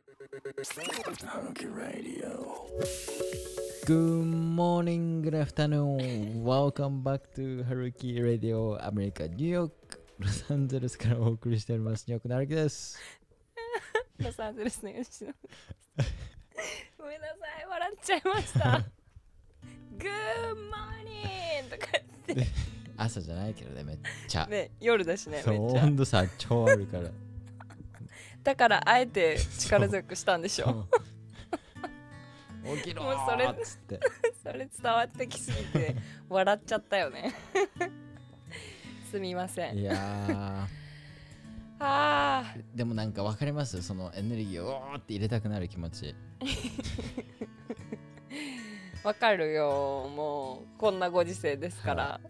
Haruki Radio. Good morning, good afternoon. Welcome back to Haruki Radio アメリカ・ニューヨーク、ロサンゼルスからお送りしております。ニューヨークのハルキです。 ロサンゼルスの吉野ごめんなさい、笑っちゃいました。Good morning とか言って朝じゃないけどね、めっちゃね、夜だしね、 そう、 めっちゃ温度差超あるからだからあえて力強くしたんでしょ。 起きろもうそれーっつってそれ伝わってきすぎて笑っちゃったよね。すみません。 いやでもなんか分かります、そのエネルギーをおーって入れたくなる気持ち。 わかるよ、もうこんなご時世ですから、はい、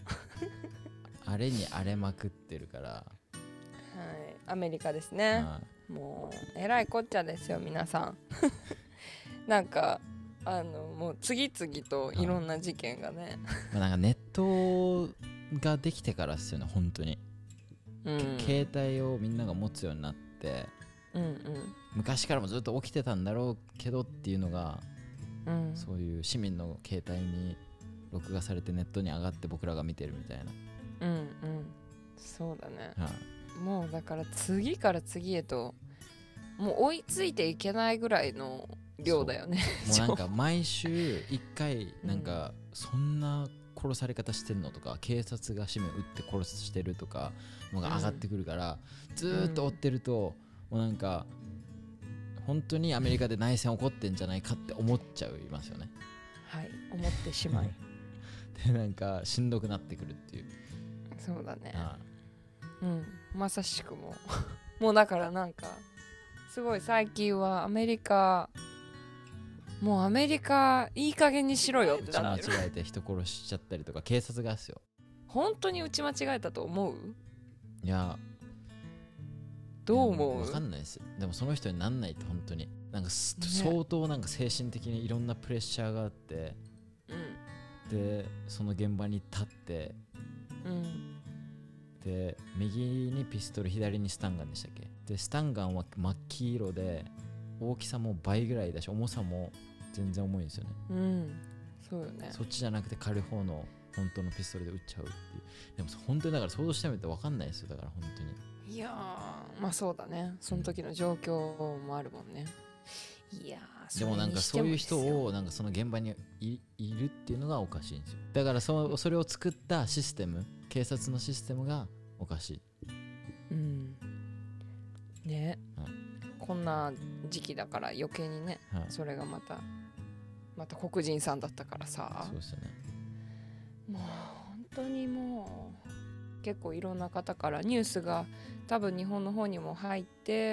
あれに荒れまくってるから、はい、 アメリカですね、はい、もうえらいこっちゃですよ皆さん。なんかもう次々といろんな事件がね、 なんかネットができてからですよね、本当に、うん、携帯をみんなが持つようになって、うんうん、昔からもずっと起きてたんだろうけどっていうのが、うん、そういう市民の携帯に録画されてネットに上がって僕らが見てるみたいな。 うんうん、そうだね、はあ、もうだから次から次へともう追いついていけないぐらいの量だよね。 もうなんか毎週1回なんかそんな殺され方してんのとか、警察が市民を撃って殺してるとかのが上がってくるから、ずーっと追ってるともうなんか本当にアメリカで内戦起こってんじゃないかって思っちゃいますよね。 はい、思ってしまいでなんかしんどくなってくるっていう。 そうだね、うん、まさしくもうだからなんかすごい最近はアメリカもうアメリカいい加減にしろよって間違えて人殺しちゃったりとか、警察がですよ。 本当に打ち間違えたと思う？ いやどう思う？ 分かんないです。でもその人になんないと本当になんか相当なんか精神的にいろんなプレッシャーがあって、うん、でその現場に立って、うん、で右にピストル左にスタンガンでしたっけ。でスタンガンは真っ黄色で大きさも倍ぐらいだし重さも全然重いんですよね。うん、 そうよね。 そっちじゃなくて軽い方の本当のピストルで撃っちゃうっていう。でも本当にだから想像してみて分かんないですよ。だから本当に。 いやまあそうだね、その時の状況もあるもんね。いやでもなんかそういう人をなんかその現場に いるっていうのがおかしいんですよ。だからそれを作ったシステム、警察のシステムがおかしい。うんね、はい、こんな時期だから余計にね、はい、それがまた黒人さんだったからさ。 そうですよね。 もう本当にもう結構いろんな方からニュースが多分日本の方にも入って、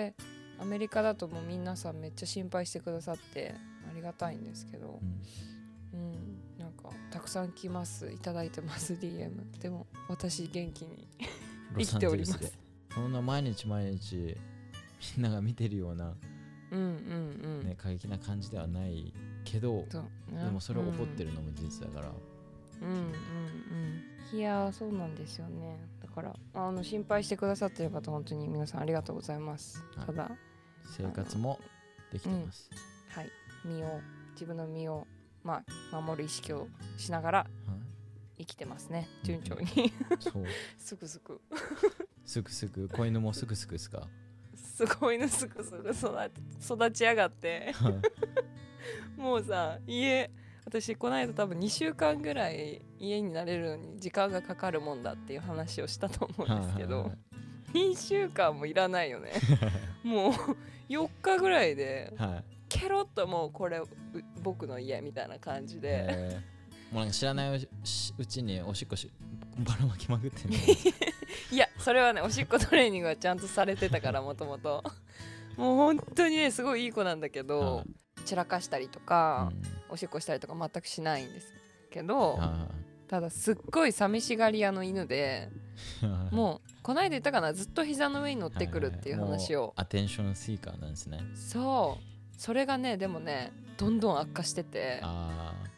アメリカだともう皆さんめっちゃ心配してくださってありがたいんですけど、うん、なんかたくさん来ます、いただいてます DM。 でも私元気に生きております。 そんな毎日みんなが見てるような、うんうんうん、ね、過激な感じではないけど、でもそれを怒ってるのも事実だから、うんうんうん、いやそうなんですよね。だから心配してくださってる方本当に皆さんありがとうございます、はい、ただ生活もできてます、 はい、自分の身を、守る意識をしながら生きてますね、順調に、そうすくすくすくすく、子犬もすくすくですか。 すごいのすくすく育ち上がってもうさ、私この間多分2週間ぐらい家に慣れるのに時間がかかるもんだっていう話をしたと思うんですけど、2週間もいらないよね。もう4日ぐらいでケロッともうこれ僕の家みたいな感じで、 もうなんか知らないうちにおしっこばらまきまくってね。 いやそれはね、おしっこトレーニングはちゃんとされてたから、もともともう本当にねすごいいい子なんだけど、散らかしたりとか、おしっこしたりとか全くしないんですけど、ただすっごい寂しがり屋の犬でもうこないだ言ったかな、ずっと膝の上に乗ってくるっていう話を、 アテンションシーカーなんですね。 それがね、でもねどんどん悪化してて、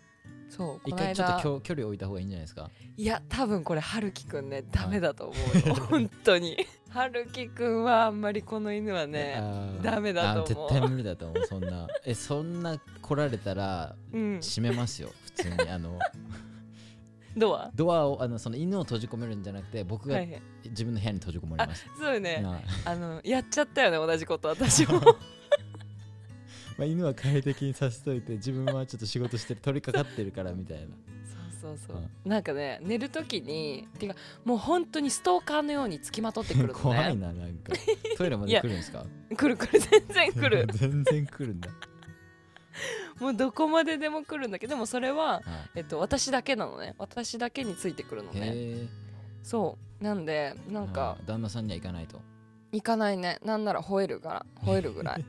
そうこ一の間回ちょっと距離を置いた方がいいんじゃないですか。 いや多分これ春樹くんねダメだと思うよ本当に春樹くんはあんまりこの犬はねダメだと思う。 絶対無理だと思う。そんなそんな来られたら閉めますよ、普通にドアをその犬を閉じ込めるんじゃなくて僕が自分の部屋に閉じこもります。 そうよね、やっちゃったよね同じこと私もまあ犬は快適にさせといて自分はちょっと仕事して取り掛かってるからみたいな。 そうなんかね寝るときにてかもう本当にストーカーのようにつきまとってくるのね怖いな、なんかトイレまで来るんですか。 来る全然来る全然来るんだもうどこまででも来るんだけど、でもそれは、私だけなのね。私だけについてくるのね。そうなんでなんか旦那さんには行かないと。 行かないね。なんなら吠えるぐらい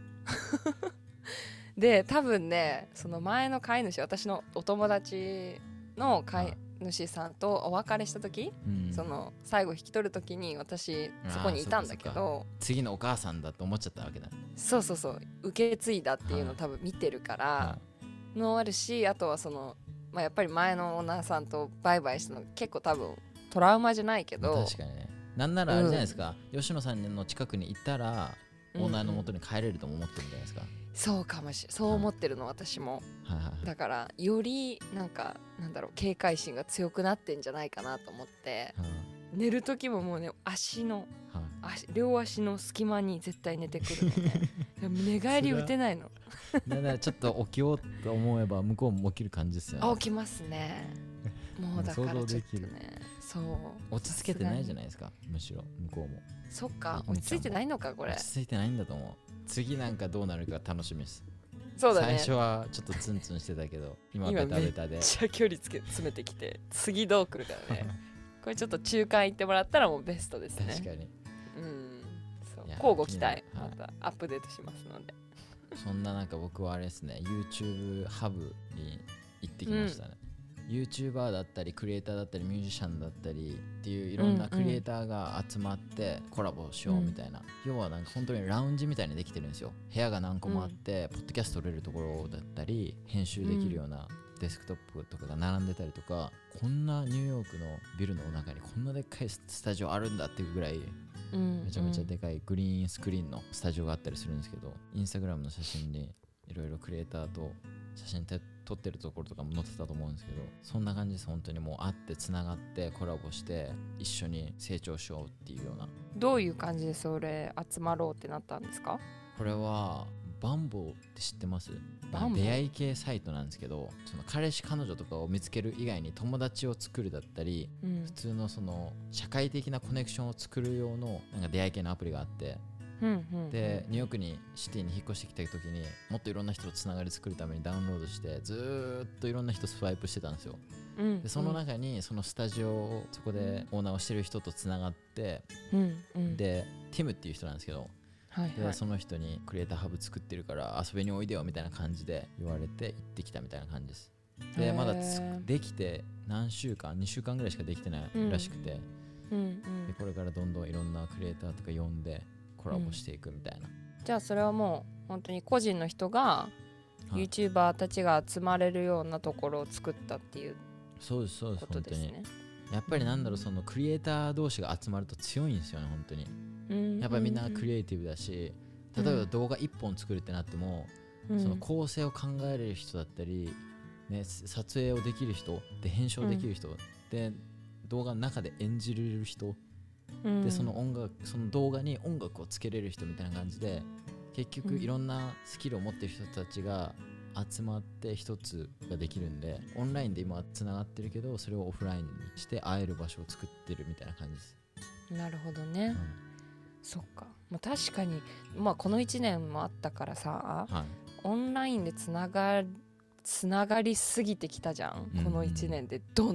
で多分ねその前の飼い主、私のお友達の飼い主さんとお別れした時、その最後引き取る時に私そこにいたんだけど、 次のお母さんだと思っちゃったわけだ。 そう受け継いだっていうのを多分見てるからのあるし、あとはその、やっぱり前のオーナーさんとバイバイしたの結構多分トラウマじゃないけど、 確かにね。なんならあれじゃないですか、吉野さんの近くにいたらオーナーの元に帰れるとも思ってるんじゃないですか。 そうかもしれない。そう思ってるの私も、だからよりなんだろう警戒心が強くなってんじゃないかなと思って、寝る時ももうね両足の隙間に絶対寝てくるのね寝返り打てないのだからちょっと起きようと思えば向こうも起きる感じですよね。 起きますね。もうだからちょっとねそう落ち着けてないじゃないですか、むしろ向こうも。 そっか、落ち着いてないのかこれ。 落ち着いてないんだと思う。次なんかどうなるか楽しみです。 そうだね。 最初はちょっとツンツンしてたけど今ベタベタでめっちゃ距離詰めてきて次どう来るかねこれちょっと中間行ってもらったらもうベストですね。 確かに。 そう交互期待、またアップデートしますので。 そんななんか僕はあれですね、 YouTube ハブに行ってきましたね。YouTuber だったりクリエイターだったりミュージシャンだったりっていういろんなクリエイターが集まってコラボしようみたいな、要はなんか本当にラウンジみたいにできてるんですよ。部屋が何個もあって、ポッドキャスト撮れるところだったり編集できるようなデスクトップとかが並んでたりとか、こんなニューヨークのビルの中にこんなでっかいスタジオあるんだっていうぐらいめちゃめちゃでかいグリーンスクリーンのスタジオがあったりするんですけど、インスタグラムの写真にいろいろクリエイターと写真撮ってるところとかも載ってたと思うんですけど、そんな感じです。本当にもう会ってつながってコラボして一緒に成長しようっていうような。 どういう感じでそれ集まろうってなったんですか？ これはバンボーって知ってます？出会い系サイトなんですけど、その彼氏彼女とかを見つける以外に友達を作るだったり、普通のその社会的なコネクションを作る用のなんか出会い系のアプリがあって、でニューヨークにシティに引っ越してきた時にもっといろんな人とつながり作るためにダウンロードしてずーっといろんな人スワイプしてたんですよ。でその中にそのスタジオをそこでオーナーをしてる人とつながって、でティムっていう人なんですけど、でその人にクリエイターハブ作ってるから遊びにおいでよみたいな感じで言われて行ってきたみたいな感じです。でまだできて何週間2週間ぐらいしかできてないらしくて、でこれからどんどんいろんなクリエイターとか呼んでコラボしていくみたいな。 じゃあそれはもう本当に個人の人が YouTuber たちが集まれるようなところを作ったっていうことですね。 やっぱりなんだろう、そのクリエイター同士が集まると強いんですよね本当に。やっぱりみんなクリエイティブだし、例えば動画1本作るってなっても、その構成を考えれる人だったり、撮影をできる人で編集できる人、で動画の中で演じれる人、でその動画に音楽をつけれる人みたいな感じで、結局いろんなスキルを持ってる人たちが集まって一つができるんで、オンラインで今つながってるけどそれをオフラインにして会える場所を作ってるみたいな感じです。 なるほどね、そっか、確かに、この1年もあったからさ、オンラインでつながりすぎてきたじゃん、この1年でドンって、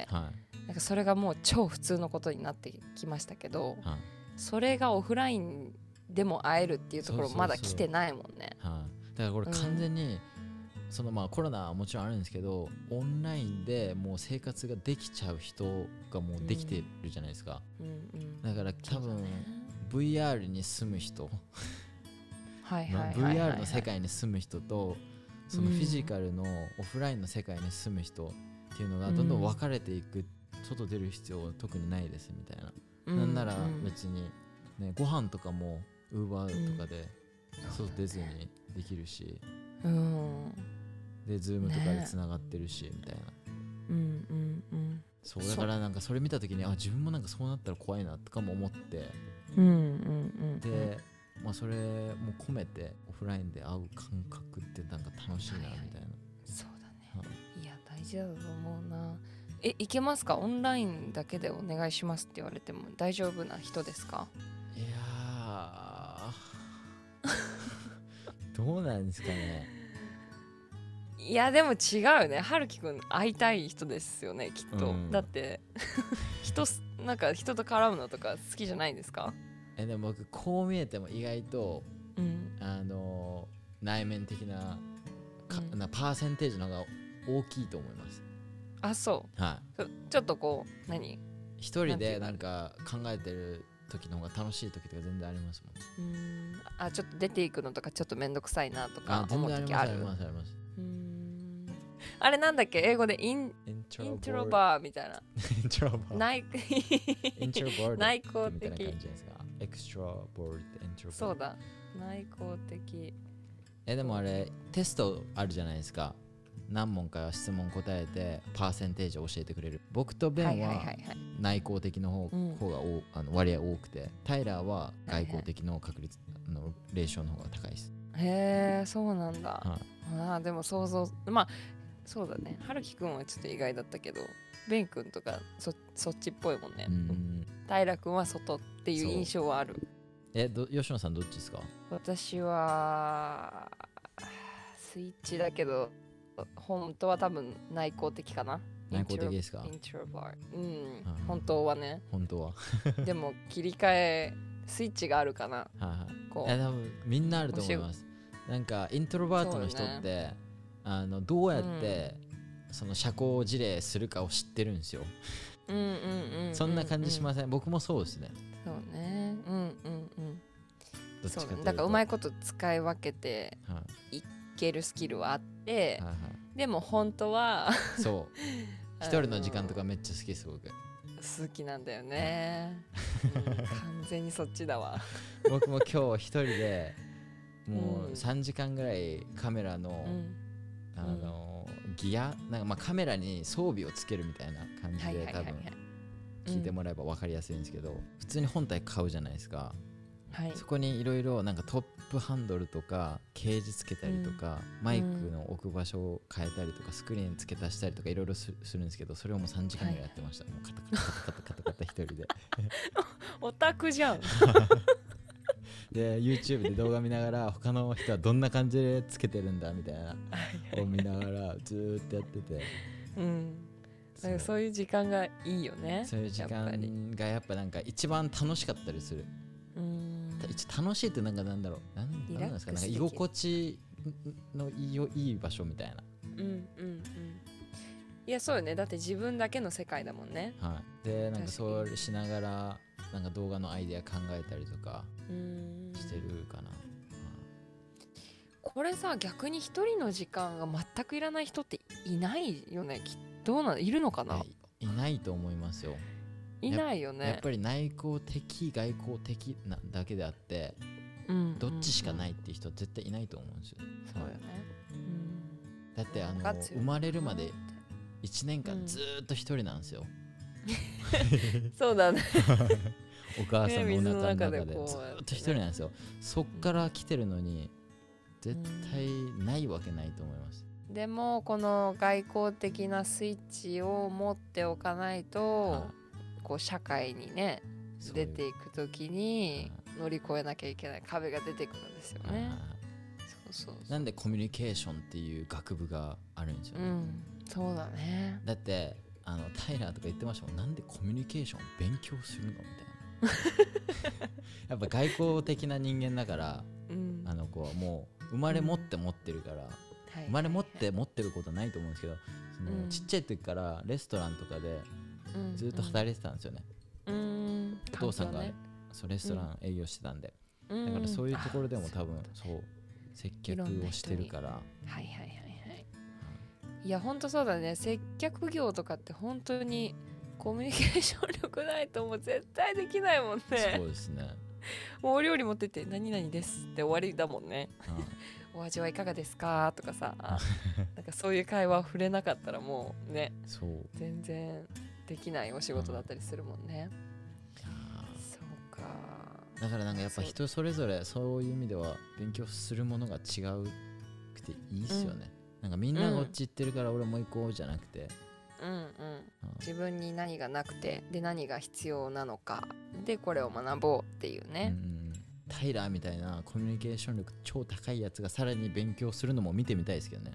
なんかそれがもう超普通のことになってきましたけど、それがオフラインでも会えるっていうところまだ来てないもんね。 だからこれ完全に、そのコロナはもちろんあるんですけど、オンラインでもう生活ができちゃう人がもうできてるじゃないですか、だから多分、VR に住む人VR の世界に住む人とそのフィジカルのオフラインの世界に住む人っていうのがどんどん分かれていく、外出る必要特にないですみたいな、なんなら別に、ね、ご飯とかもウーバーとかで外出ずにできるし、でズームとかでつながってるし、みたいな、そうだからなんかそれ見た時に自分もなんかそうなったら怖いなとかも思って、で、まあ、それも込めてオフラインで会う感覚ってなんか楽しいなみたいな、 そうだね、いや大事だと思うな。いけますか？オンラインだけでお願いしますって言われても大丈夫な人ですか？ いやどうなんですかね。 いやでも違うよね。はるきくん会いたい人ですよねきっと、だってなんか人と絡むのとか好きじゃないですか？ でも僕こう見えても意外と、内面的なパーセンテージの方が大きいと思います。 あ、そう、はい、ちょっとこう一人でなんか考えてる時の方が楽しい時とか全然ありますもん。 ちょっと出ていくのとかちょっとめんどくさいなとか思う時ある。 ありますあります。 あれなんだっけ、英語でイントロバーみたいなイントロバー内向的みたいな感じですか。エクストラボールってイントロバー。 そうだ、内向的。 でもあれテストあるじゃないですか。何問か質問答えてパーセンテージを教えてくれる。僕とベンは内向的の方が割合多くて、タイラーは外向的の確率のレーションの方が高いです。 へえ、そうなんだ。でも想像、まあそうだね。はるきくんはちょっと意外だったけど、ベンくんとかそっちっぽいもんね。タイラくんは外っていう印象はある。 吉野さんどっちですか？ 私はスイッチだけど本当は多分内向的かな。 内向的ですか？ イントロバー。本当はね。 本当はでも切り替えスイッチがあるかな。 多分みんなあると思います。なんかイントロバートの人って、どうやってその社交辞令するかを知ってるんですよ。そんな感じしません？僕もそうですね。 そうね。 どっちかというとだからうまいこと使い分けていけるスキルはあって、でも本当はそう一人の時間とかめっちゃ好きです。僕好きなんだよね。完全にそっちだわ。 僕も今日一人でもう3時間ぐらいカメラの、ギアなんかまあカメラに装備をつけるみたいな感じで多分聞いてもらえば分かりやすいんですけど、普通に本体買うじゃないですか。そこにいろいろなんかトップハンドルとかケージつけたりとか、マイクの置く場所を変えたりとか、スクリーン付け足したりとかいろいろするんですけど、それをもう3時間ぐらいやってました。もうカタカタ一人でオタクじゃん。 で YouTube で動画見ながら他の人はどんな感じでつけてるんだみたいなを見ながらずーっとやってて、 だからそういう時間がいいよね。 そういう時間がやっぱなんか一番楽しかったりする。楽しいってなんだろう、なんですか、なんか居心地のいい場所みたいな。 いやそうよね。だって自分だけの世界だもんね。 でなんかそうしながらなんか動画のアイデア考えたりとかしてるかな。 これさ、逆に一人の時間が全くいらない人っていないよね。どうなの？いるのかな？ いないと思いますよ。 いないよね。 やっぱり内向的外向的なだけであって、どっちしかないっていう人は絶対いないと思うんですよ。 そうよね。 だって生まれるまで1年間ずーっと一人なんですよ。 そうだね。 お母さんのお腹の中でずーっと一人なんですよ。そっから来てるのに絶対ないわけないと思います。 でもこの外交的なスイッチを持っておかないと、こう社会にね出ていくときに乗り越えなきゃいけない壁が出てくるんですよね。そうなんでコミュニケーションっていう学部があるんですよね。 そうだね。 だってタイラーとか言ってましたもん。なんでコミュニケーション勉強するのみたいな。やっぱ外交的な人間だから、あの子はもう生まれ持って持ってるから、生まれ持って持ってることはないと思うんですけど、そのちっちゃい時からレストランとかでずっと働いてたんですよね。お父さんがそうレストラン営業してたんで、だからそういうところでも多分そう接客をしてるから。 はいはいはいはい。いや本当そうだね。接客業とかって本当にコミュニケーション力ないともう絶対できないもんね。 そうですね。 もうお料理持ってって何々ですって終わりだもんね。お味はいかがですかとかさなんかそういう会話を触れなかったらもうね、 そう全然できないお仕事だったりするもんね。そうか。 だからなんかやっぱ人それぞれそういう意味では勉強するものが違うくていいっすよね、なんかみんながこっち行ってるから俺も行こうじゃなくて、 自分に何がなくてで何が必要なのかでこれを学ぼうっていうね、 タイラーみたいなコミュニケーション力超高いやつがさらに勉強するのも見てみたいですけどね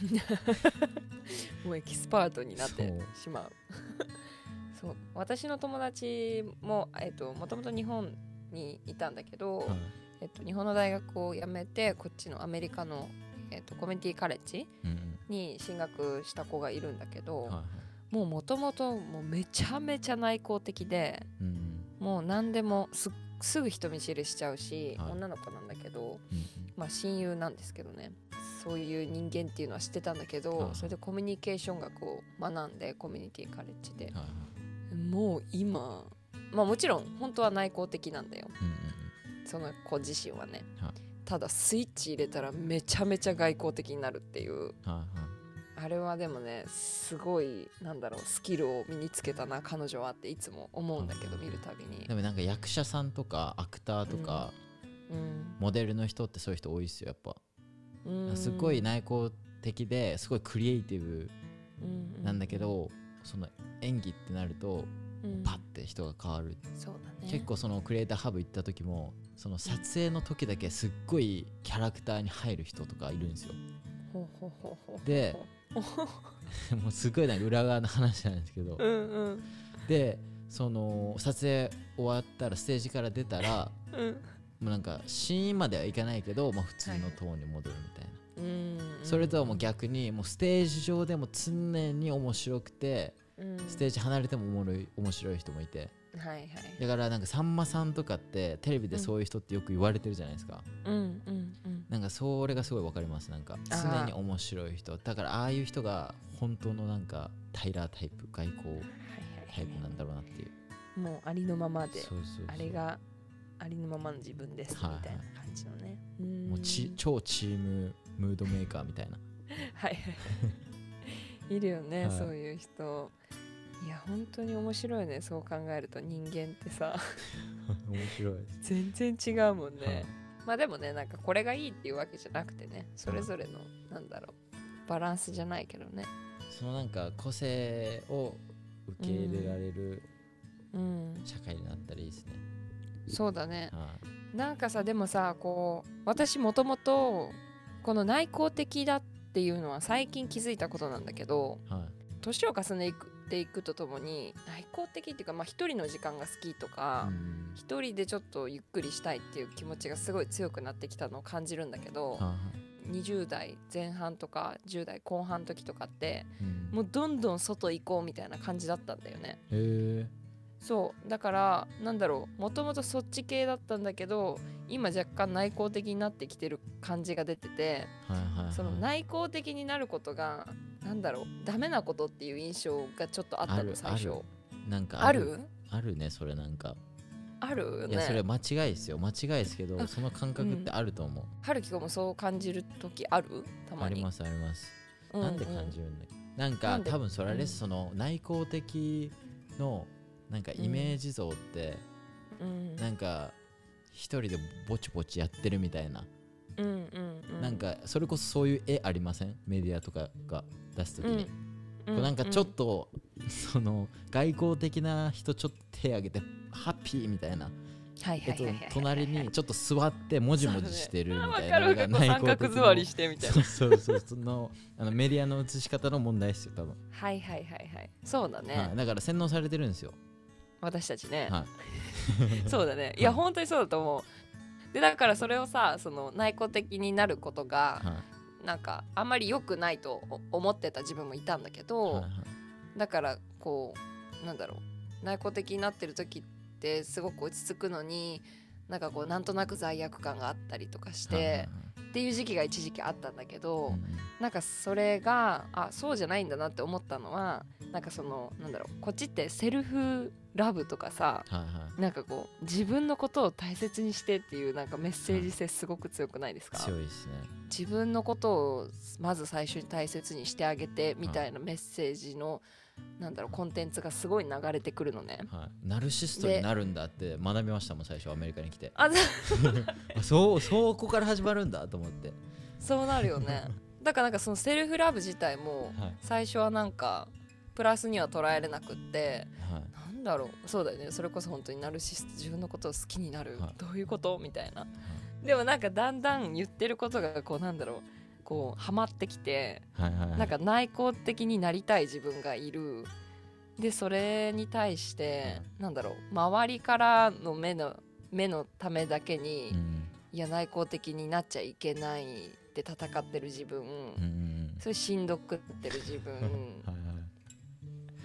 もうエキスパートになってしまうそう私の友達ももともと日本にいたんだけど、日本の大学を辞めてこっちのアメリカの、コミュニティカレッジに進学した子がいるんだけど、もともとめちゃめちゃ内向的で、もう何でもすぐ人見知りしちゃうし、女の子なんだけど、まあ親友なんですけどね、そういう人間っていうのは知ってたんだけど、それでコミュニケーション学を学んでコミュニティカレッジで、もう今まあもちろん本当は内向的なんだよ、その子自身はね、ただスイッチ入れたらめちゃめちゃ外交的になるっていう、あれはでもねすごいなんだろうスキルを身につけたな彼女はっていつも思うんだけど、見るたびに。 でもなんか役者さんとかアクターとか、モデルの人ってそういう人多いっすよやっぱ、すごい内向的ですごいクリエイティブなんだけど、その演技ってなるとパッて人が変わる、 そうだね、 結構そのクリエイターハブ行った時もその撮影の時だけすっごいキャラクターに入る人とかいるんですよ。でもうすごいなんか裏側の話なんですけど、でその撮影終わったらステージから出たら、もうなんかシーンまではいかないけど、まあ、普通のトーンに戻るみたいな、それとはもう逆にもうステージ上でも常に面白くて、ステージ離れても面白い人もいて、だからなんかさんまさんとかってテレビでそういう人ってよく言われてるじゃないですか、なんかそれがすごいわかります。なんか常に面白い人だから、ああいう人が本当のなんかタイラータイプ、外交タイプなんだろうなっていう、 もうありのままで、 そうあれがありのままの自分ですみたいな感じのね、 もう超チームムードメーカーみたいないるよね、そういう人。いや本当に面白いね、そう考えると人間ってさ面白い全然違うもんね、まあでもね、なんかこれがいいっていうわけじゃなくてね、それぞれのなんだろうバランスじゃないけどね、 そのなんか個性を受け入れられる社会になったらいいですね、 そうだね、なんかさでもさこう私もともとこの内向的だっていうのは最近気づいたことなんだけど、年を重ねていくとともに内向的っていうか、まあ一人の時間が好きとか、一人でちょっとゆっくりしたいっていう気持ちがすごい強くなってきたのを感じるんだけど、20代前半とか10代後半の時とかって、もうどんどん外行こうみたいな感じだったんだよね。そうだからなんだろう、もともとそっち系だったんだけど今若干内向的になってきてる感じが出てて、その内向的になることがなんだろうダメなことっていう印象がちょっとあったの最初。 なんかあるね、それなんかあるよね。 いやそれは間違いですよ、間違いですけどその感覚ってあると思う。 はるきこもそう感じる時ある？たまにありますあります、なんで感じるんだっけ、なんか多分それあれです、その内向的のなんかイメージ像って、なんか一人でぼちぼちやってるみたいな、なんかそれこそそういう絵ありません？メディアとかが出すときに、なんかちょっとその外交的な人ちょっと手挙げてハッピーみたいな、隣にちょっと座ってもじもじしてるみたいなのが内向的な、 三角座りしてみたいな、 そうそのメディアの映し方の問題ですよ多分。 そうだね、 だから洗脳されてるんですよ私たちね、そうだね、いや本当にそうだと思う。でだからそれをさ、その内向的になることが、なんかあんまり良くないと思ってた自分もいたんだけど、だからこうなんだろう、内向的になってる時ってすごく落ち着くのになんかこうなんとなく罪悪感があったりとかして、 っていう時期が一時期あったんだけど、 うんなんかそれがそうじゃないんだなって思ったのは、なんかなんだろう、こっちってセルフラブとかさ、 はいはい、 なんかこう自分のことを大切にしてっていうなんかメッセージ性すごく強くないですか？ 強いですね。 自分のことをまず最初に大切にしてあげてみたいなメッセージのなんだろうコンテンツがすごい流れてくるのね。 はい、ナルシストになるんだって学びましたもん、最初アメリカに来て。 あそこから始まるんだと思って。 そうなるよね。だからなんかそのセルフラブ自体もはい最初はなんかプラスには捉えれなくって、 はい、 なんだろう、そうだよね、それこそ本当にナルシスト、自分のことを好きになる、 はいどういうことみたいな。でもなんかだんだん言ってることがこうなんだろう、こうハマってきて、 はいはいはい、 なんか内向的になりたい自分がいる。でそれに対してなんだろう、周りからの目のためだけに、いや内向的になっちゃいけないって戦ってる自分、それしんどくってる自分はいはい、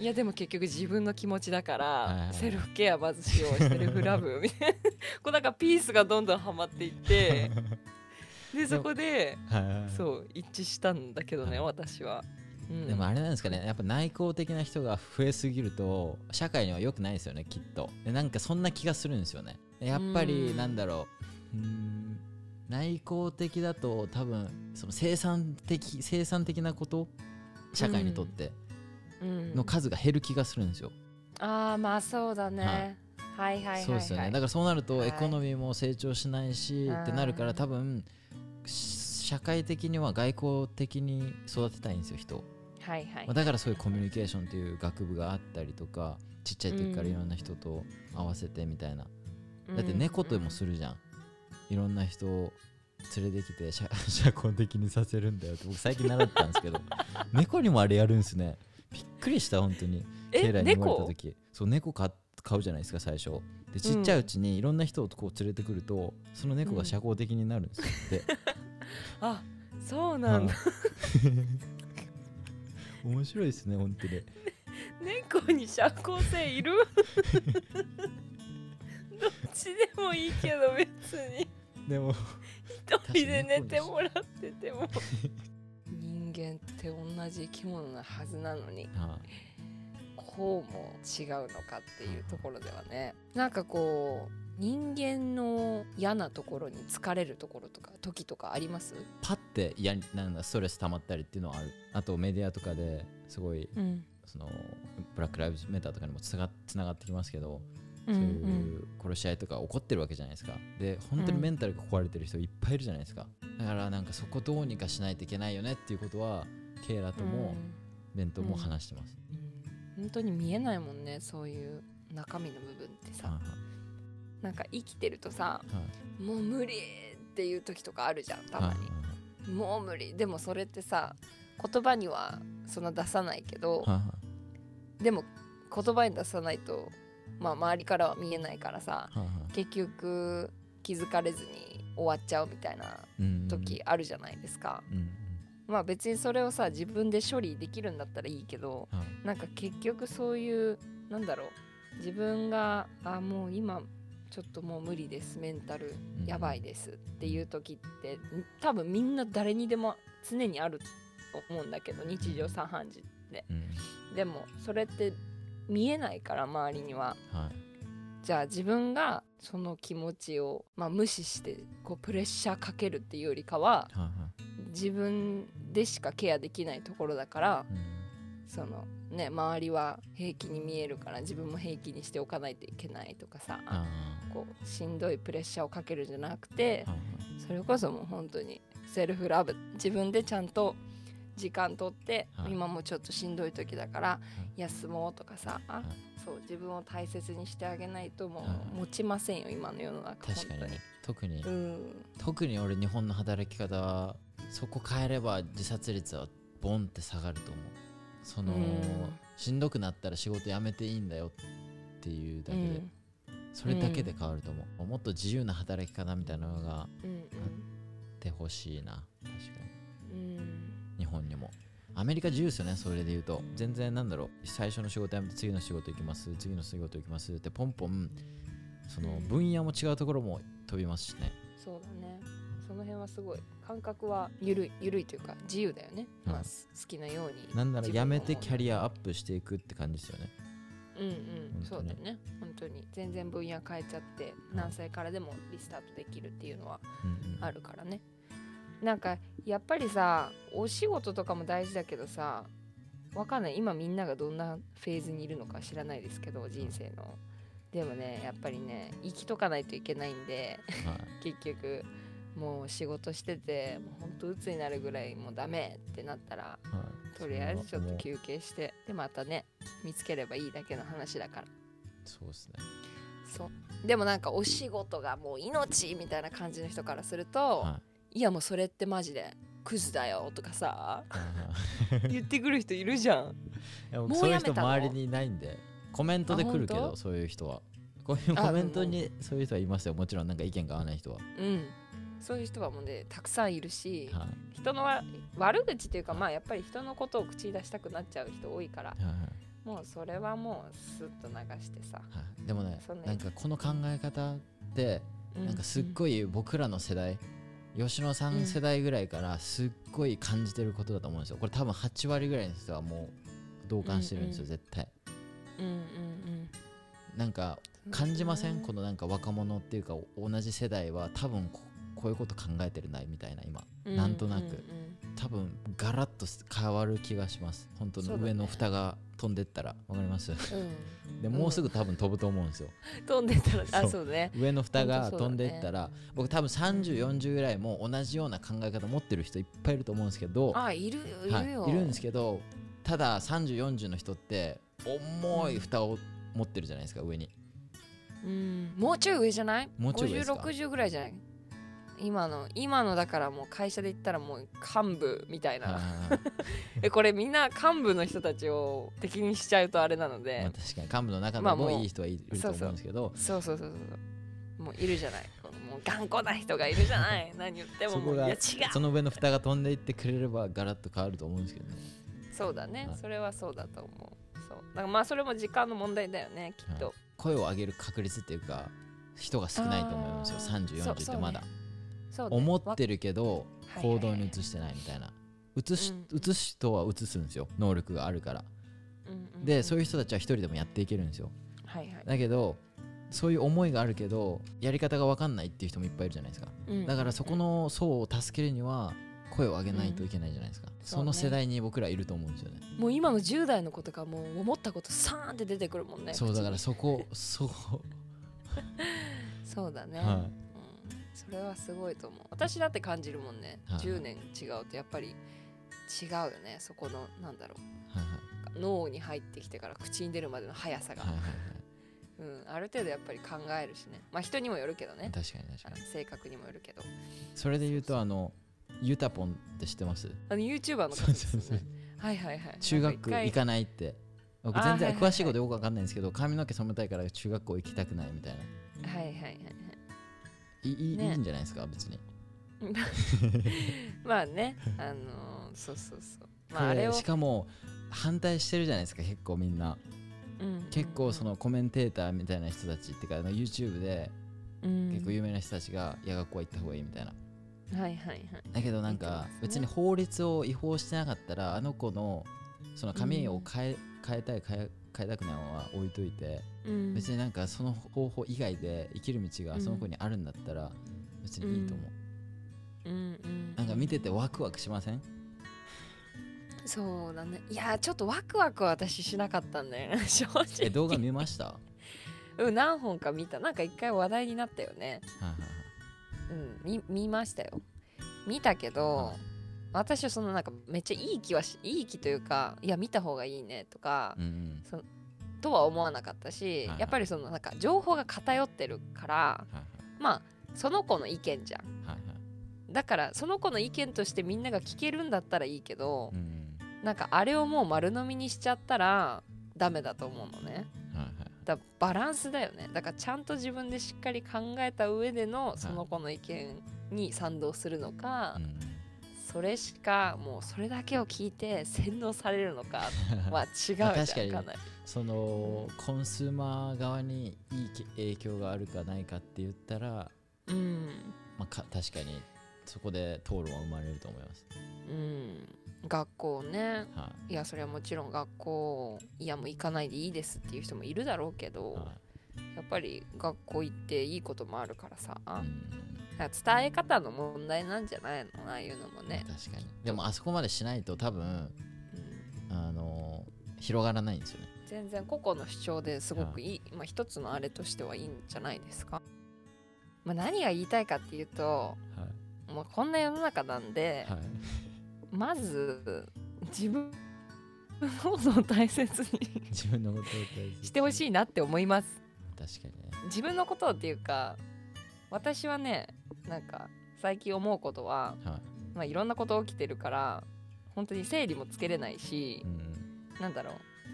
いやでも結局自分の気持ちだから、 はいはい、 セルフケアまずしよう、セルフラブみたいなこうなんかピースがどんどんはまっていってでそこで、 はいはい、 そう一致したんだけどね、私は。 でもあれなんですかね、やっぱ内向的な人が増えすぎると社会には良くないですよね、きっと。でなんかそんな気がするんですよね。やっぱりなんだろう、内向的だと多分その生産的なこと社会にとっての数が減る気がするんですよ。 まあそうだね、はいはいはいはい、 そうですよね。だからそうなるとエコノミーも成長しないし、ってなるから多分社会的には外交的に育てたいんですよ、人。 はいはい、 だからそういうコミュニケーションっていう学部があったりとか、ちっちゃい時からいろんな人と合わせてみたいな、だって猫ともするじゃん、いろんな人を連れてきて社交的にさせるんだよって僕最近習ったんですけど猫にもあれやるんですね。びっくりした本当に。ケイラに言われた時、そう猫飼うじゃないですか最初で、ちっちゃいうちにいろんな人をこう連れてくるとその猫が社交的になるんですよって、 あ、そうなんだ面白いですね本当に。 猫に社交性いるどっちでもいいけど別にでも一人で寝てもらってても人間って同じ生き物なはずなのに、こうも違うのかっていうところではね、なんかこう人間の嫌なところに疲れるところとか時とかあります？ パッてなんだストレス溜まったりっていうのはある。あとメディアとかですごい、そのブラックライブズメターとかにもつながってきますけど、そういう殺し合いとか起こってるわけじゃないですか。で本当にメンタルが壊れてる人いっぱいいるじゃないですか。だからなんかそこどうにかしないといけないよねっていうことはケイラともベンとも話してます。 本当に見えないもんね、そういう中身の部分ってさ。なんか生きてるとさ、もう無理っていう時とかあるじゃん、たまに。もう無理。でもそれってさ、言葉にはそんな出さないけど、でも言葉に出さないと、まあ、周りからは見えないからさ、結局気づかれずに終わっちゃうみたいな時あるじゃないですか。まあ別にそれをさ自分で処理できるんだったらいいけど、なんか結局そういうなんだろう、自分がもう今ちょっともう無理です、メンタルやばいですっていう時って多分みんな誰にでも常にあると思うんだけど、日常茶飯事って、でもそれって見えないから周りには、じゃあ自分がその気持ちを、無視してこうプレッシャーかけるっていうよりかは、自分でしかケアできないところだから、そのね、周りは平気に見えるから自分も平気にしておかないといけないとかさ、こうしんどいプレッシャーをかけるんじゃなくて、それこそもう本当にセルフラブ、自分でちゃんと時間取って、今もちょっとしんどい時だから休もうとかさ、そう自分を大切にしてあげないともう持ちませんよ、今の世の中。 確かに特に俺日本の働き方はそこ変えれば自殺率はボンって下がると思う。そのしんどくなったら仕事辞めていいんだよっていうだけで、それだけで変わると思う。もっと自由な働き方みたいなのがあってほしいな。確かに、日本にも。アメリカ自由ですよね、それで言うと。全然なんだろう、最初の仕事辞めて次の仕事行きます、次の仕事行きますってポンポン、その分野も違うところも飛びますしね。 そうだね。 その辺はすごい感覚はゆるいというか自由だよね、 うんまあ、好きなようになんならやめてキャリアアップしていくって感じですよね。 そうだね。本当に全然分野変えちゃって何歳からでもリスタートできるっていうのはあるからね。なんかやっぱりさ、お仕事とかも大事だけどさ、わかんない、今みんながどんなフェーズにいるのか知らないですけど、人生のでもね、やっぱりね、生きとかないといけないんで結局もう仕事しててもうほんと鬱になるぐらいもうダメってなったら、とりあえずちょっと休憩してでまたね見つければいいだけの話だから。 そうですね。 そうでもなんかお仕事がもう命みたいな感じの人からすると、いやもうそれってマジでクズだよとかさ言ってくる人いるじゃん。 いや僕そういう人周りにいないんで、コメントで来るけど、そういう人はこういうコメントにそういう人はいますよ。もちろんなんか意見が合わない人は、 そういう人はもうねたくさんいるし、人の悪口っていうか、まあやっぱり人のことを口に出したくなっちゃう人多いから、もうそれはもうスッと流してさ、 でもね、なんかこの考え方ってなんかすっごい僕らの世代、吉野さん世代ぐらいからすっごい感じてることだと思うんですよ。これ多分8割ぐらいの人はもう同感してるんですよ、絶対。なんか感じません？このなんか若者っていうか同じ世代は多分こういうこと考えてるなみたいな、今なんとなく多分ガラッと変わる気がします。本当の上の蓋が飛んでったら、わかります？でもうすぐ多分飛ぶと思うんですよ。 飛んでったら、そうね。 上の蓋が飛んでったら、僕多分30、40ぐらいも同じような考え方持ってる人いっぱいいると思うんですけど、 いるよ、 いるんですけど、ただ30、40の人って重い蓋を持ってるじゃないですか、上に。 もうちょい上じゃない？ もうちょい上ですか？ 50、60ぐらいじゃない？今のだからもう会社で言ったらもう幹部みたいなこれみんな幹部の人たちを敵にしちゃうとあれなので、 まあ、確かに幹部の中でもいい人はいると思うんですけど、 そうもういるじゃない、もう頑固な人がいるじゃない何言ってももういや違う、 その上の蓋が飛んでいってくれればガラッと変わると思うんですけどね。 そうだね、それはそうだと思う。そうだからまあそれも時間の問題だよね、きっと。 声を上げる確率っていうか人が少ないと思いますよ。30、40ってまだ思ってるけど行動に移してないみたいな。移す人は移すんですよ、能力があるから。でそういう人たちは一人でもやっていけるんですよ。だけどそういう思いがあるけどやり方が分かんないっていう人もいっぱいいるじゃないですか。だからそこの層を助けるには声を上げないといけないじゃないですか。その世代に僕らいると思うんですよね。 もう今の10代の子とかもう思ったことサーンって出てくるもんね。 そうだからそうだね、それはすごいと思う。私だって感じるもんね、10年違うとやっぱり違うよね。そこのなんだろう、脳に入ってきてから口に出るまでの速さが、ある程度やっぱり考えるしね。まあ人にもよるけどね。 確かに性格にもよるけど。 それで言うとゆたぽんって知ってます？ YouTuber の方ですよね。 中学行かないって。僕全然詳しいことよく分かんないんですけど、髪の毛染めたいから中学校行きたくないみたいな。いいんじゃないですか別に。 まあね、そう、まあ、あれをしかも反対してるじゃないですか結構みんな。結構そのコメンテーターみたいな人たちっていうかYouTube で結構有名な人たちが学校は行った方がいいみたいな。だけどなんか別に法律を違反してなかったら、あの子のその髪を変えたい変えたくないのは置いといて、別になんかその方法以外で生きる道がその子にあるんだったら別にいいと思う。なんか見ててワクワクしません？ そうだね。いやちょっとワクワクは私しなかったんだよね正直。 動画見ました？ 何本か見た。なんか一回話題になったよね。見ましたよ。見たけど、私はそのなんかめっちゃいい気というか、いや見た方がいいねとか、とは思わなかったし、やっぱりそのなんか情報が偏ってるから、まあその子の意見じゃん。だからその子の意見としてみんなが聞けるんだったらいいけど、なんかあれをもう丸飲みにしちゃったらダメだと思うのね。だバランスだよね。だからちゃんと自分でしっかり考えた上でのその子の意見に賛同するのか、それしかもうそれだけを聞いて洗脳されるのかは違うじゃん。 確かにそのコンスーマー側にいい影響があるかないかって言ったら、まあ、確かにそこで討論は生まれると思います。 学校ね、 はい、 いやそれはもちろん学校いやもう行かないでいいですっていう人もいるだろうけど、 はい、 やっぱり学校行っていいこともあるからさ、伝え方の問題なんじゃないの、ああいうのもね。 確かに。でもあそこまでしないと多分、広がらないんですよね。 全然個々の主張ですごくいい、まあ、一つのあれとしてはいいんじゃないですか。まあ、何が言いたいかっていうと、はい、もうこんな世の中なんで、はい、まず自分のことを大切に自分のことを大切にしてほしいなって思います。 確かにね。 自分のことっていうか、私はねなんか最近思うことは、はい、いろんなこと起きてるから本当に整理もつけれないし、なんだろう、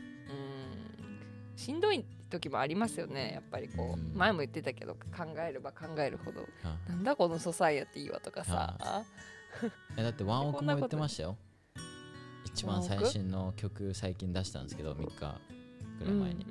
しんどい時もありますよね。やっぱりこう、前も言ってたけど考えれば考えるほど、なんだこのソサイエティはとかさ、 だってワンオクも言ってましたよ。一番最新の曲最近出したんですけど3日ぐらい前に、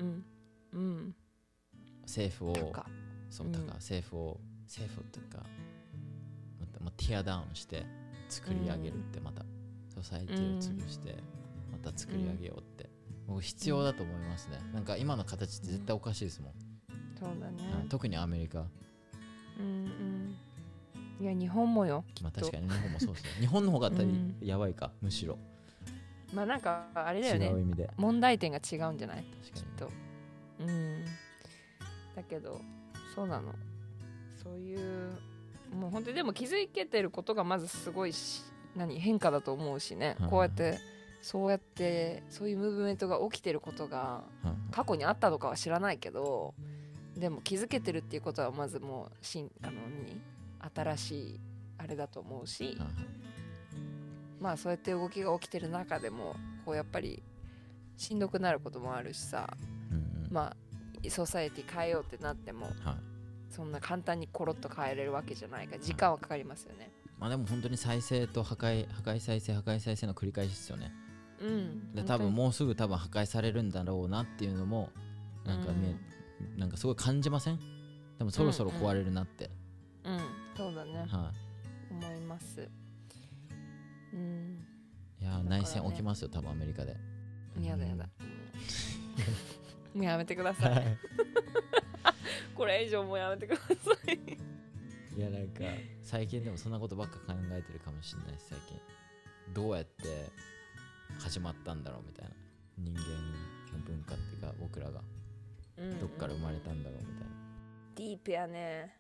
政府をそうだから政府というかまたティアダウンして作り上げるって、またソサイティを潰してまた作り上げようって、僕必要だと思いますね。なんか今の形って絶対おかしいですもん。 そうだね。 特にアメリカ。 いや日本もよ。 まあ確かに日本もそうですね。日本の方がやばいか、むしろ。 まあなんかあれだよね。 違う意味で問題点が違うんじゃない？ 確かに。きっと。 だけどそうなの。そういうもう本当にでも気づけてることがまずすごい変化だと思うしね。こうやってそういうムーブメントが起きてることが過去にあったのかは知らないけど、でも気づけてるっていうことはまずもう新しいあれだと思うし、まあそうやって動きが起きてる中でもこうやっぱりしんどくなることもあるしさ、まあソサエティ変えようってなっても、そんな簡単にコロッと変えれるわけじゃないから時間はかかりますよね。 まあでも本当に再生と破壊再生の繰り返しですよね。で多分もうすぐ破壊されるんだろうなっていうのもなんかすごい感じません？でもそろそろ壊れるなって。 そうだね、思います。 いや内戦起きますよ多分アメリカで。 やだもうやめてくださいこれ以上もうやめてくださいいやなんか最近でもそんなことばっか考えてるかもしれないです。最近どうやって始まったんだろうみたいな、人間の文化っていうか僕らがどっから生まれたんだろうみたいな。 ディープやね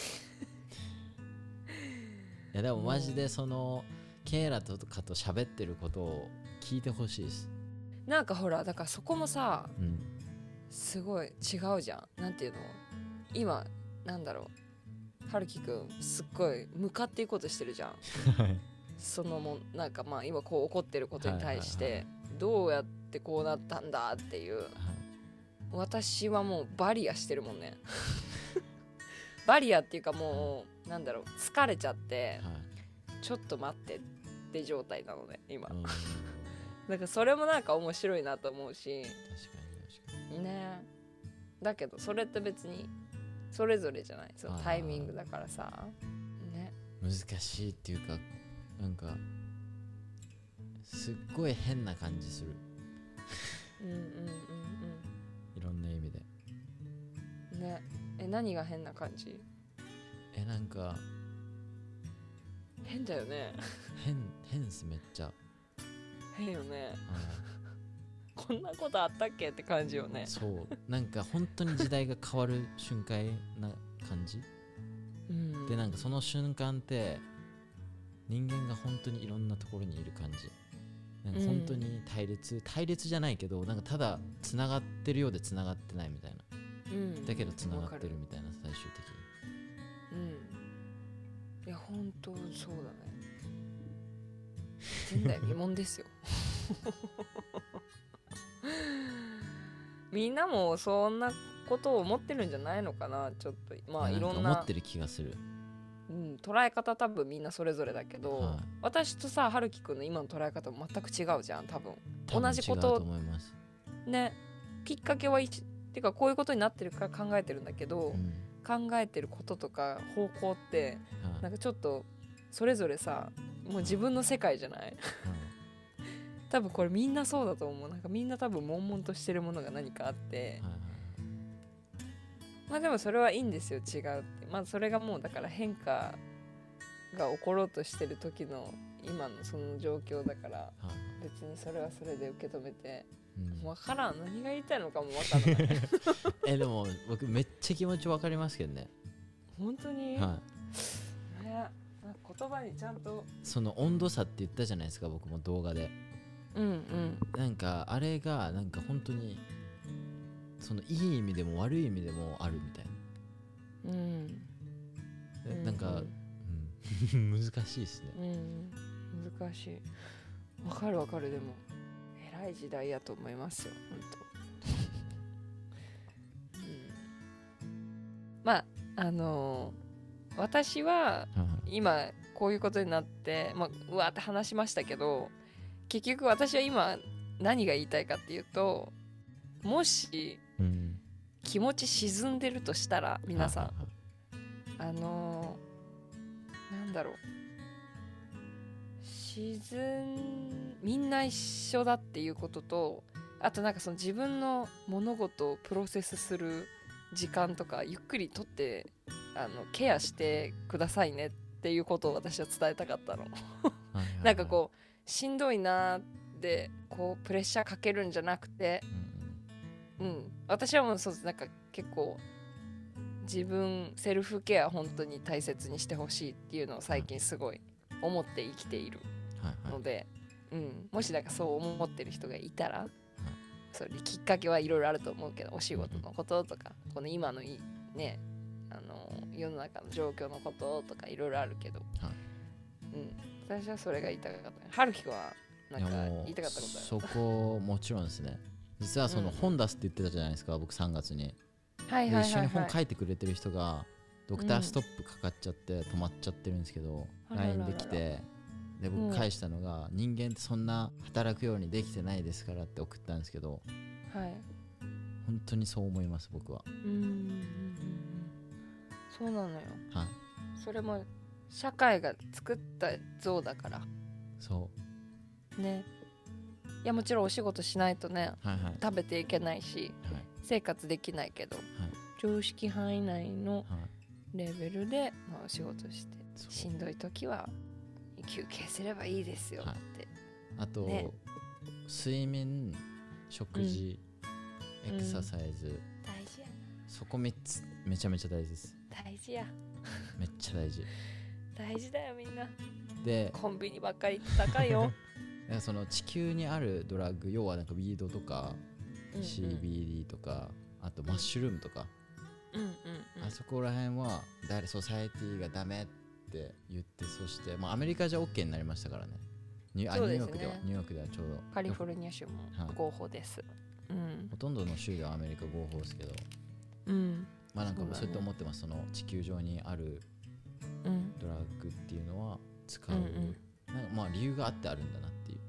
いやでもマジでそのケイラとかと喋ってることを聞いてほしいです。 なんかほらだからそこもさ、すごい違うじゃん。なんていうの、今なんだろう、はるきくんすっごい向かっていこうとしてるじゃんそのもなんかまあ今こう起こってることに対してどうやってこうなったんだっていう、私はもうバリアしてるもんねバリアっていうかもうなんだろう、疲れちゃって、ちょっと待ってって状態なので今だからそれもなんか面白いなと思うし、確かにね。だけどそれって別にそれぞれじゃない、そのタイミングだからさ、ね、 難しいっていうかなんかすっごい変な感じするいろんな意味でね。何が変な感じ？ なんか変だよね変っす、めっちゃ変よねこんなことあったっけって感じよね。 そうなんか本当に時代が変わる瞬間な感じ、でなんかその瞬間って人間が本当にいろんなところにいる感じ、なんか本当に対立じゃないけどなんかただつながってるようでつながってないみたいな、だけどつながってるみたいな、最終的にいや本当そうだね。前代未聞ですよみんなもそんなことを思ってるんじゃないのかな。ちょっとまあいろんな思ってる気がする、 捉え方多分みんなそれぞれだけど、私とさはるきくんの今の捉え方も全く違うじゃん。多分同じこと違うと思いますね。きっかけはてかこういうことになってるから考えてるんだけど、考えてることとか方向ってなんかちょっとそれぞれさもう自分の世界じゃない、多分これみんなそうだと思う。なんかみんな多分悶々としてるものが何かあって、まあでもそれはいいんですよ、違うって。まあそれがもうだから変化が起ころうとしてる時の今のその状況だから、別にそれはそれで受け止めて、分からん、何が言いたいのかも分からないでも僕めっちゃ気持ち分かりますけどね。 本当に、 はい、 ね、言葉にちゃんとその温度差って言ったじゃないですか、僕も動画で。なんかあれがなんか本当にそのいい意味でも悪い意味でもあるみたいな、なんか、難しいですね。 難しい。わかるわかる。でも偉い時代やと思いますよ本当、まあ私は今こういうことになって、うわーって話しましたけど、結局私は今何が言いたいかっていうと、もし、気持ち沈んでるとしたら皆さん、なんだろう、みんな一緒だっていうことと、あとなんかその自分の物事をプロセスする時間とかゆっくりとってケアしてくださいねっていうことを私は伝えたかったのなんかこうしんどいなってこうプレッシャーかけるんじゃなくて、私はもうそうなんか結構自分セルフケア本当に大切にしてほしいっていうのを最近すごい思って生きているので、もしなんかそう思ってる人がいたら、それきっかけはいろいろあると思うけど、お仕事のこととか、この今のね世の中の状況のこととかいろいろあるけど、私はそれが言いたかった。はるひはなんか言いたかったことある？ そこもちろんですね。実はその本出すって言ってたじゃないですか、僕3月に。一緒に本書いてくれてる人がドクターストップかかっちゃって止まっちゃってるんですけど、LINE で来て、で僕返したのが、人間ってそんな働くようにできてないですからって送ったんですけど、本当にそう思います僕は。 そうなのよ。それも社会が作った像だから。 そうね。いやもちろんお仕事しないとね、食べていけないし、生活できないけど、常識範囲内のレベルで、お仕事してしんどい時は休憩すればいいですよって、 あと、睡眠、食事、エクササイズ、 大事やな。 そこ3つめちゃめちゃ大事です。 大事や。 めっちゃ大事。 大事だよみんな。 でコンビニばっかり高いよその地球にあるドラッグ、要はなんかウィードとか、CBD とか、あとマッシュルームとか、あそこら辺はソサエティがダメって言って、そして、アメリカじゃ OK になりましたからね。ニューヨークではちょうどカリフォルニア州も合法です、 ほとんどの州ではアメリカ合法ですけど、なんかもうそうやって思ってます。その地球上にあるドラッグっていうのは使う、なんか理由があってあるんだなっていう、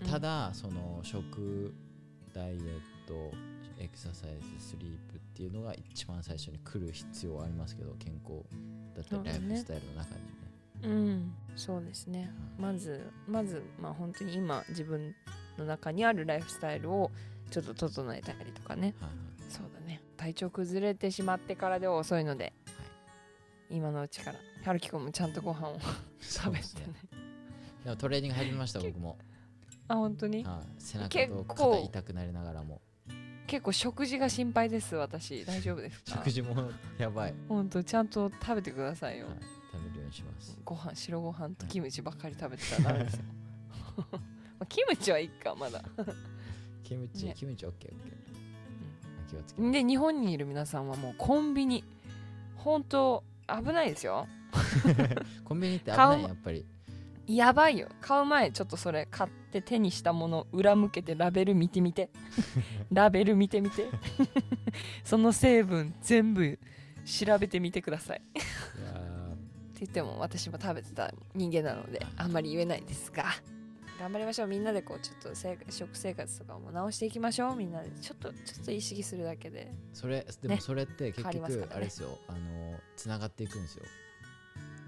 ただその食、ダイエット、エクササイズ、スリープっていうのが一番最初に来る必要はありますけど、健康だったりライフスタイルの中にね。 そうですね。まず本当に今自分の中にあるライフスタイルをちょっと整えたりとかね、そうだね。体調崩れてしまってからでは遅いので、今のうちからはるきくんもちゃんとご飯を食べてね。 でもトレーニング始めました僕も。 本当に？ 背中と肩痛くなりながらも。 結構食事が心配です。私大丈夫ですか？ 食事もやばい。 本当ちゃんと食べてくださいよ。 食べるようにします。 白ご飯とキムチばっかり食べてたらダメですよキムチはいいか、まだキムチ OK、気をつけで、日本にいる皆さんはもうコンビニ本当危ないですよコンビニって危ない、やっぱりやばいよ。買う前ちょっとそれ買って手にしたもの裏向けてラベル見てみてラベル見てみてその成分全部調べてみてくださいって言っても私も食べてた人間なのであんまり言えないですが、頑張りましょう。みんなでこうちょっと食生活とかも直していきましょう。みんなでちょっと意識するだけで。 でもそれって結局あれですよ、つながっていくんですよ。なん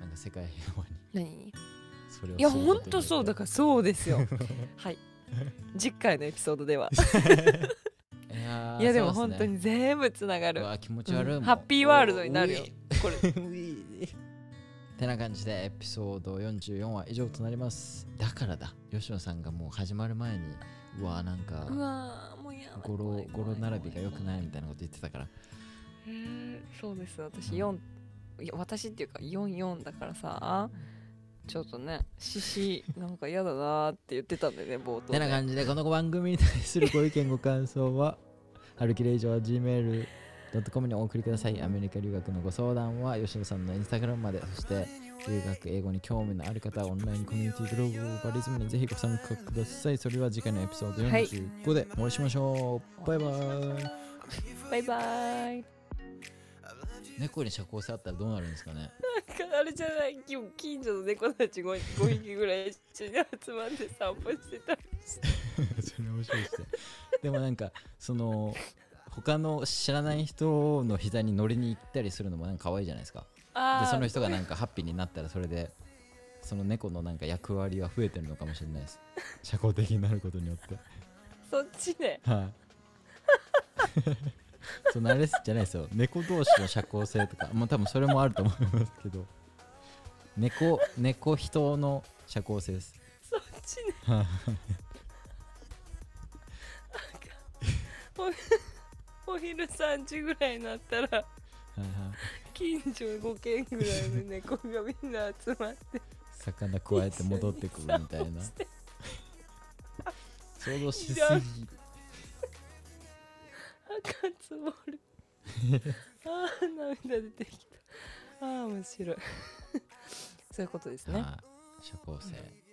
なんか世界平和に何それをいやするほんことによってそうだからそうですよはい10回のエピソードではいやでも本当に全部つながる、 気持ち悪いもん、 ハッピーワールドになるよこれてな感じでエピソード44は以上となります。だからだ、吉野さんがもう始まる前になんかもうやだ語呂並びが良くないみたいなこと言ってたから。 そうです。私4、いや私っていうか44だからさ、ちょっとねなんか嫌だなーって言ってたんだよね冒頭で。 てな感じでこの番組に対するご意見ご感想ははるきれ以上は gmail.com にお送りください。アメリカ留学のご相談は吉野さんのインスタグラムまで。そして留学英語に興味のある方はオンラインコミュニティグローバリズムにぜひご参加ください。それでは次回のエピソード45でお会いしましょう、バイバイ。 バイバイ。 猫に社交性あったらどうなるんですかね。 なんかあれじゃない、今日近所の猫たち 5匹ぐらい一緒に集まって散歩してたりしてそれ面白いですね。でもなんかその他の知らない人の膝に乗りに行ったりするのもなんか可愛いじゃないですか。でその人がなんかハッピーになったらそれでその猫のなんか役割は増えてるのかもしれないです。社交的になることによって。 そっちね。 はい。そんなあれじゃないですよ。猫同士の社交性とか、もう多分それもあると思いますけど、猫人の社交性です。 そっちね。お昼3時ぐらいになったら近所5軒ぐらいの猫がみんな集まって魚くわえて戻ってくるみたいな。想像しすぎ。 赤つぼる。涙出てきた。面白い。そういうことですね。 社交性。